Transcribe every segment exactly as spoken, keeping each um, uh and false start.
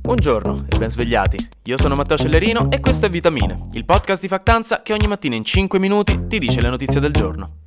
Buongiorno e ben svegliati. Io sono Matteo Cellerino e questo è Vitamine, il podcast di Factanza che ogni mattina in cinque minuti ti dice le notizie del giorno.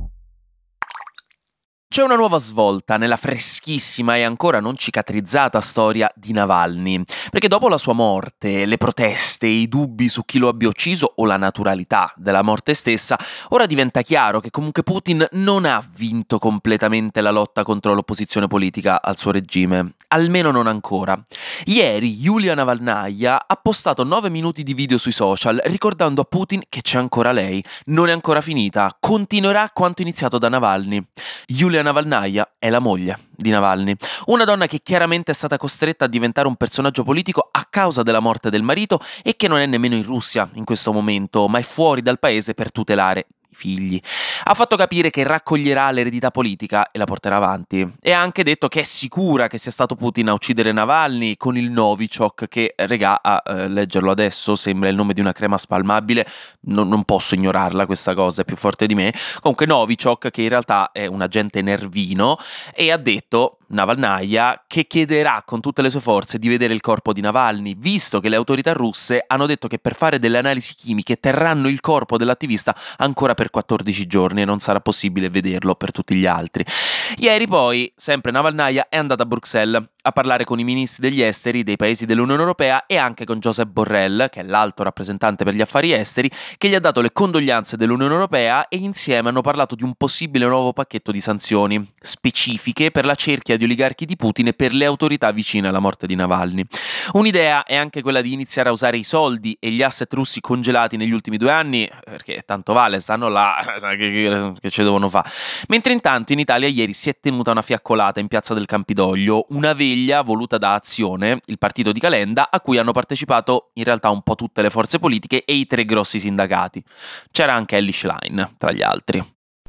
C'è una nuova svolta nella freschissima e ancora non cicatrizzata storia di Navalny, perché dopo la sua morte, le proteste, i dubbi su chi lo abbia ucciso o la naturalità della morte stessa, ora diventa chiaro che comunque Putin non ha vinto completamente la lotta contro l'opposizione politica al suo regime, almeno non ancora. Ieri Yulia Navalnaya ha postato nove minuti di video sui social ricordando a Putin che c'è ancora lei, non è ancora finita, continuerà quanto iniziato da Navalny. Yulia Navalnaya è la moglie di Navalny, una donna che chiaramente è stata costretta a diventare un personaggio politico a causa della morte del marito e che non è nemmeno in Russia in questo momento, ma è fuori dal paese per tutelare i figli. Ha fatto capire che raccoglierà l'eredità politica e la porterà avanti e ha anche detto che è sicura che sia stato Putin a uccidere Navalny con il Novichok che, regà, a eh, leggerlo adesso sembra il nome di una crema spalmabile, non, non posso ignorarla questa cosa, è più forte di me. Comunque Novichok, che in realtà è un agente nervino, e ha detto Navalnaya che chiederà con tutte le sue forze di vedere il corpo di Navalny, visto che le autorità russe hanno detto che per fare delle analisi chimiche terranno il corpo dell'attivista ancora per quattordici giorni e non sarà possibile vederlo per tutti gli altri. Ieri poi, sempre Navalnaya è andata a Bruxelles a parlare con i ministri degli esteri dei paesi dell'Unione Europea e anche con Josep Borrell, che è l'alto rappresentante per gli affari esteri, che gli ha dato le condoglianze dell'Unione Europea e insieme hanno parlato di un possibile nuovo pacchetto di sanzioni specifiche per la cerchia di oligarchi di Putin e per le autorità vicine alla morte di Navalny. Un'idea è anche quella di iniziare a usare i soldi e gli asset russi congelati negli ultimi due anni, perché tanto vale, stanno là, che, che, che ci devono fare. Mentre intanto in Italia ieri si è tenuta una fiaccolata in Piazza del Campidoglio, una veglia voluta da Azione, il partito di Calenda, a cui hanno partecipato in realtà un po' tutte le forze politiche e i tre grossi sindacati. C'era anche Elly Schlein, tra gli altri.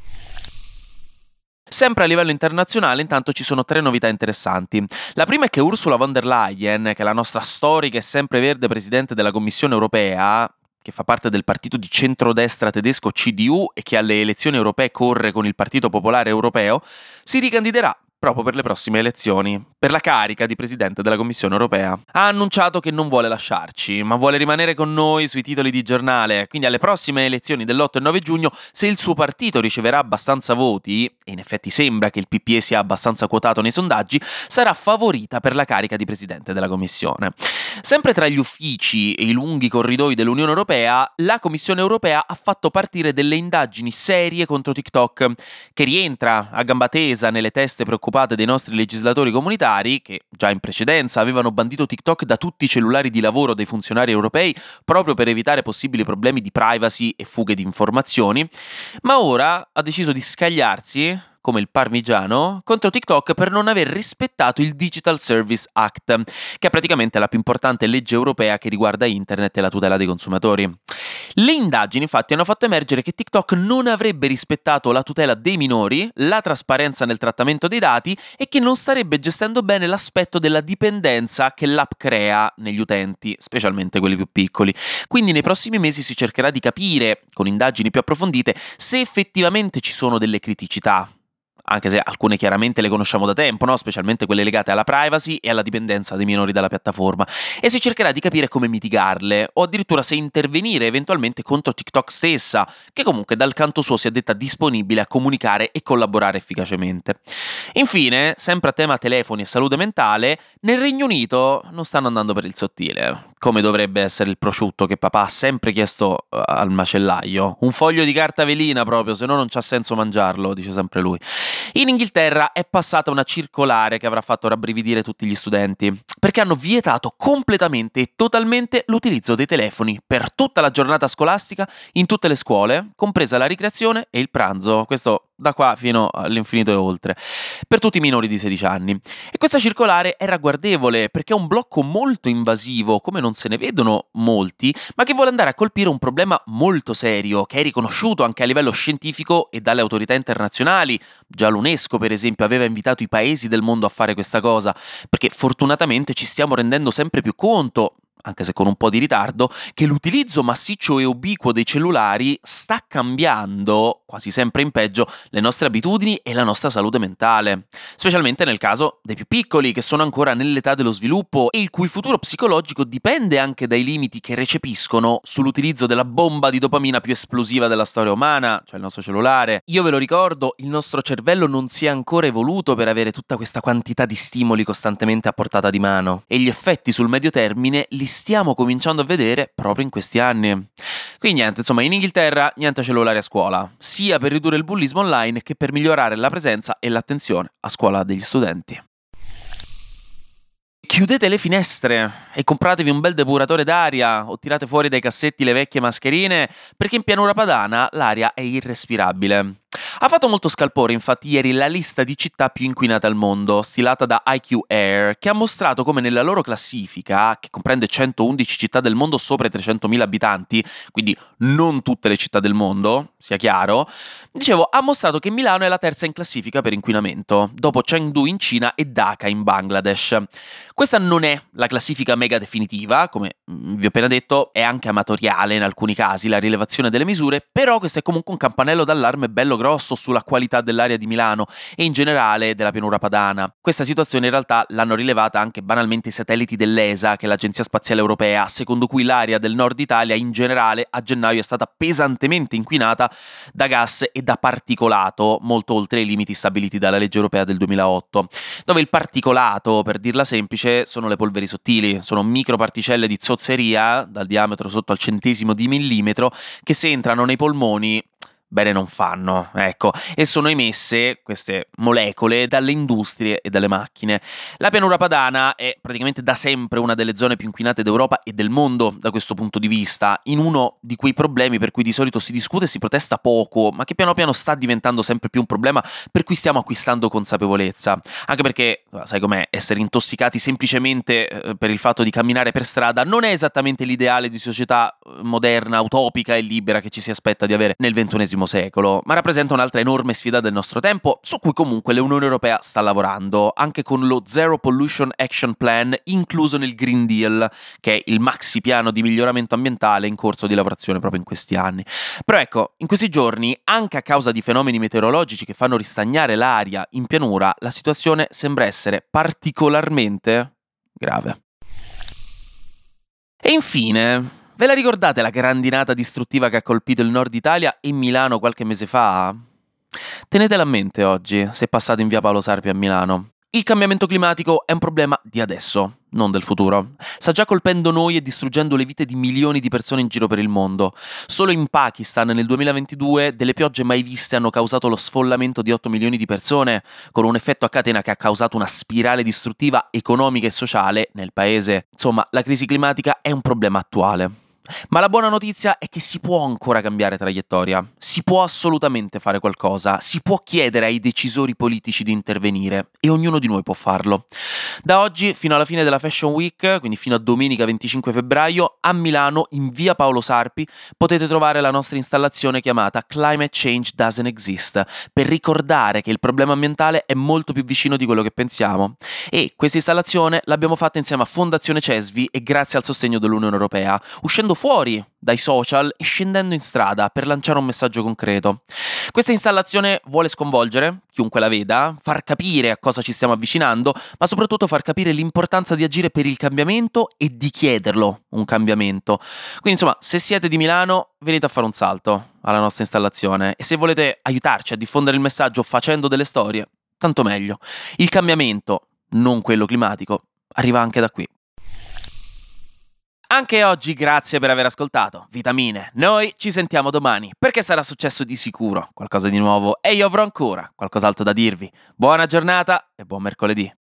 Sempre a livello internazionale, intanto ci sono tre novità interessanti. La prima è che Ursula von der Leyen, che è la nostra storica e sempreverde presidente della Commissione Europea, che fa parte del partito di centrodestra tedesco C D U e che alle elezioni europee corre con il Partito Popolare Europeo, si ricandiderà proprio per le prossime elezioni, per la carica di presidente della Commissione Europea. Ha annunciato che non vuole lasciarci, ma vuole rimanere con noi sui titoli di giornale, quindi alle prossime elezioni dell'otto e nove giugno, se il suo partito riceverà abbastanza voti, e in effetti sembra che il P P E sia abbastanza quotato nei sondaggi, sarà favorita per la carica di presidente della Commissione. Sempre tra gli uffici e i lunghi corridoi dell'Unione Europea, la Commissione Europea ha fatto partire delle indagini serie contro TikTok, che rientra a gamba tesa nelle teste preoccupate dei nostri legislatori comunitari, che già in precedenza avevano bandito TikTok da tutti i cellulari di lavoro dei funzionari europei proprio per evitare possibili problemi di privacy e fughe di informazioni, ma ora ha deciso di scagliarsi come il parmigiano, contro TikTok per non aver rispettato il Digital Service Act, che è praticamente la più importante legge europea che riguarda internet e la tutela dei consumatori. Le indagini infatti hanno fatto emergere che TikTok non avrebbe rispettato la tutela dei minori, la trasparenza nel trattamento dei dati e che non starebbe gestendo bene l'aspetto della dipendenza che l'app crea negli utenti, specialmente quelli più piccoli. Quindi nei prossimi mesi si cercherà di capire, con indagini più approfondite, se effettivamente ci sono delle criticità, anche se alcune chiaramente le conosciamo da tempo, no? Specialmente quelle legate alla privacy e alla dipendenza dei minori dalla piattaforma, e si cercherà di capire come mitigarle o addirittura se intervenire eventualmente contro TikTok stessa, che comunque dal canto suo si è detta disponibile a comunicare e collaborare efficacemente. Infine, sempre a tema telefoni e salute mentale, nel Regno Unito non stanno andando per il sottile, come dovrebbe essere il prosciutto che papà ha sempre chiesto uh, al macellaio. Un foglio di carta velina proprio, se no non c'ha senso mangiarlo, dice sempre lui. In Inghilterra è passata una circolare che avrà fatto rabbrividire tutti gli studenti, perché hanno vietato completamente e totalmente l'utilizzo dei telefoni per tutta la giornata scolastica in tutte le scuole, compresa la ricreazione e il pranzo. Questo da qua fino all'infinito e oltre, per tutti i minori di sedici anni. E questa circolare è ragguardevole perché è un blocco molto invasivo, come non se ne vedono molti, ma che vuole andare a colpire un problema molto serio, che è riconosciuto anche a livello scientifico e dalle autorità internazionali. Già l'UNESCO, per esempio, aveva invitato i paesi del mondo a fare questa cosa, perché fortunatamente ci stiamo rendendo sempre più conto, anche se con un po' di ritardo, che l'utilizzo massiccio e ubiquo dei cellulari sta cambiando, quasi sempre in peggio, le nostre abitudini e la nostra salute mentale, specialmente nel caso dei più piccoli, che sono ancora nell'età dello sviluppo e il cui futuro psicologico dipende anche dai limiti che recepiscono sull'utilizzo della bomba di dopamina più esplosiva della storia umana, cioè il nostro cellulare. Io ve lo ricordo, il nostro cervello non si è ancora evoluto per avere tutta questa quantità di stimoli costantemente a portata di mano, e gli effetti sul medio termine li stiamo cominciando a vedere proprio in questi anni. Quindi niente, insomma, in Inghilterra niente cellulari a scuola, sia per ridurre il bullismo online che per migliorare la presenza e l'attenzione a scuola degli studenti. Chiudete le finestre e compratevi un bel depuratore d'aria o tirate fuori dai cassetti le vecchie mascherine, perché in pianura padana l'aria è irrespirabile. Ha fatto molto scalpore infatti ieri la lista di città più inquinate al mondo, stilata da I Q Air, che ha mostrato come nella loro classifica, che comprende centoundici città del mondo sopra i trecentomila abitanti, quindi non tutte le città del mondo, sia chiaro, dicevo, ha mostrato che Milano è la terza in classifica per inquinamento, dopo Chengdu in Cina e Dhaka in Bangladesh. Questa non è la classifica mega definitiva, come vi ho appena detto, è anche amatoriale in alcuni casi la rilevazione delle misure, però questo è comunque un campanello d'allarme bello grosso sulla qualità dell'aria di Milano e in generale della pianura padana. Questa situazione in realtà l'hanno rilevata anche banalmente i satelliti dell'E S A, che è l'Agenzia Spaziale Europea, secondo cui l'aria del nord Italia in generale a gennaio è stata pesantemente inquinata da gas e da particolato, molto oltre i limiti stabiliti dalla legge europea del duemilaotto, dove il particolato, per dirla semplice, sono le polveri sottili, sono microparticelle di zozzeria dal diametro sotto al centesimo di millimetro che se entrano nei polmoni bene non fanno, ecco, e sono emesse queste molecole dalle industrie e dalle macchine. La pianura padana è praticamente da sempre una delle zone più inquinate d'Europa e del mondo da questo punto di vista, in uno di quei problemi per cui di solito si discute e si protesta poco, ma che piano piano sta diventando sempre più un problema per cui stiamo acquistando consapevolezza. Anche perché, sai com'è, essere intossicati semplicemente eh, per il fatto di camminare per strada non è esattamente l'ideale di società moderna, utopica e libera che ci si aspetta di avere nel ventunesimo secolo, ma rappresenta un'altra enorme sfida del nostro tempo, su cui comunque l'Unione Europea sta lavorando, anche con lo Zero Pollution Action Plan incluso nel Green Deal, che è il maxi piano di miglioramento ambientale in corso di lavorazione proprio in questi anni. Però ecco, in questi giorni, anche a causa di fenomeni meteorologici che fanno ristagnare l'aria in pianura, la situazione sembra essere particolarmente grave. E infine, ve la ricordate la grandinata distruttiva che ha colpito il nord Italia e Milano qualche mese fa? Tenetela a mente oggi, se passate in via Paolo Sarpi a Milano. Il cambiamento climatico è un problema di adesso, non del futuro. Sta già colpendo noi e distruggendo le vite di milioni di persone in giro per il mondo. Solo in Pakistan nel duemilaventidue delle piogge mai viste hanno causato lo sfollamento di otto milioni di persone, con un effetto a catena che ha causato una spirale distruttiva economica e sociale nel paese. Insomma, la crisi climatica è un problema attuale. Ma la buona notizia è che si può ancora cambiare traiettoria, si può assolutamente fare qualcosa, si può chiedere ai decisori politici di intervenire e ognuno di noi può farlo. Da oggi fino alla fine della Fashion Week, quindi fino a domenica venticinque febbraio, a Milano in via Paolo Sarpi potete trovare la nostra installazione chiamata Climate Change Doesn't Exist, per ricordare che il problema ambientale è molto più vicino di quello che pensiamo. E questa installazione l'abbiamo fatta insieme a Fondazione Cesvi e grazie al sostegno dell'Unione Europea, uscendo fuori dai social e scendendo in strada per lanciare un messaggio concreto. Questa installazione vuole sconvolgere chiunque la veda, far capire a cosa ci stiamo avvicinando, ma soprattutto far capire l'importanza di agire per il cambiamento e di chiederlo un cambiamento. Quindi insomma, se siete di Milano, venite a fare un salto alla nostra installazione e se volete aiutarci a diffondere il messaggio facendo delle storie, tanto meglio. Il cambiamento, non quello climatico, arriva anche da qui. Anche oggi grazie per aver ascoltato Vitamine. Noi ci sentiamo domani perché sarà successo di sicuro qualcosa di nuovo e io avrò ancora qualcos'altro da dirvi. Buona giornata e buon mercoledì.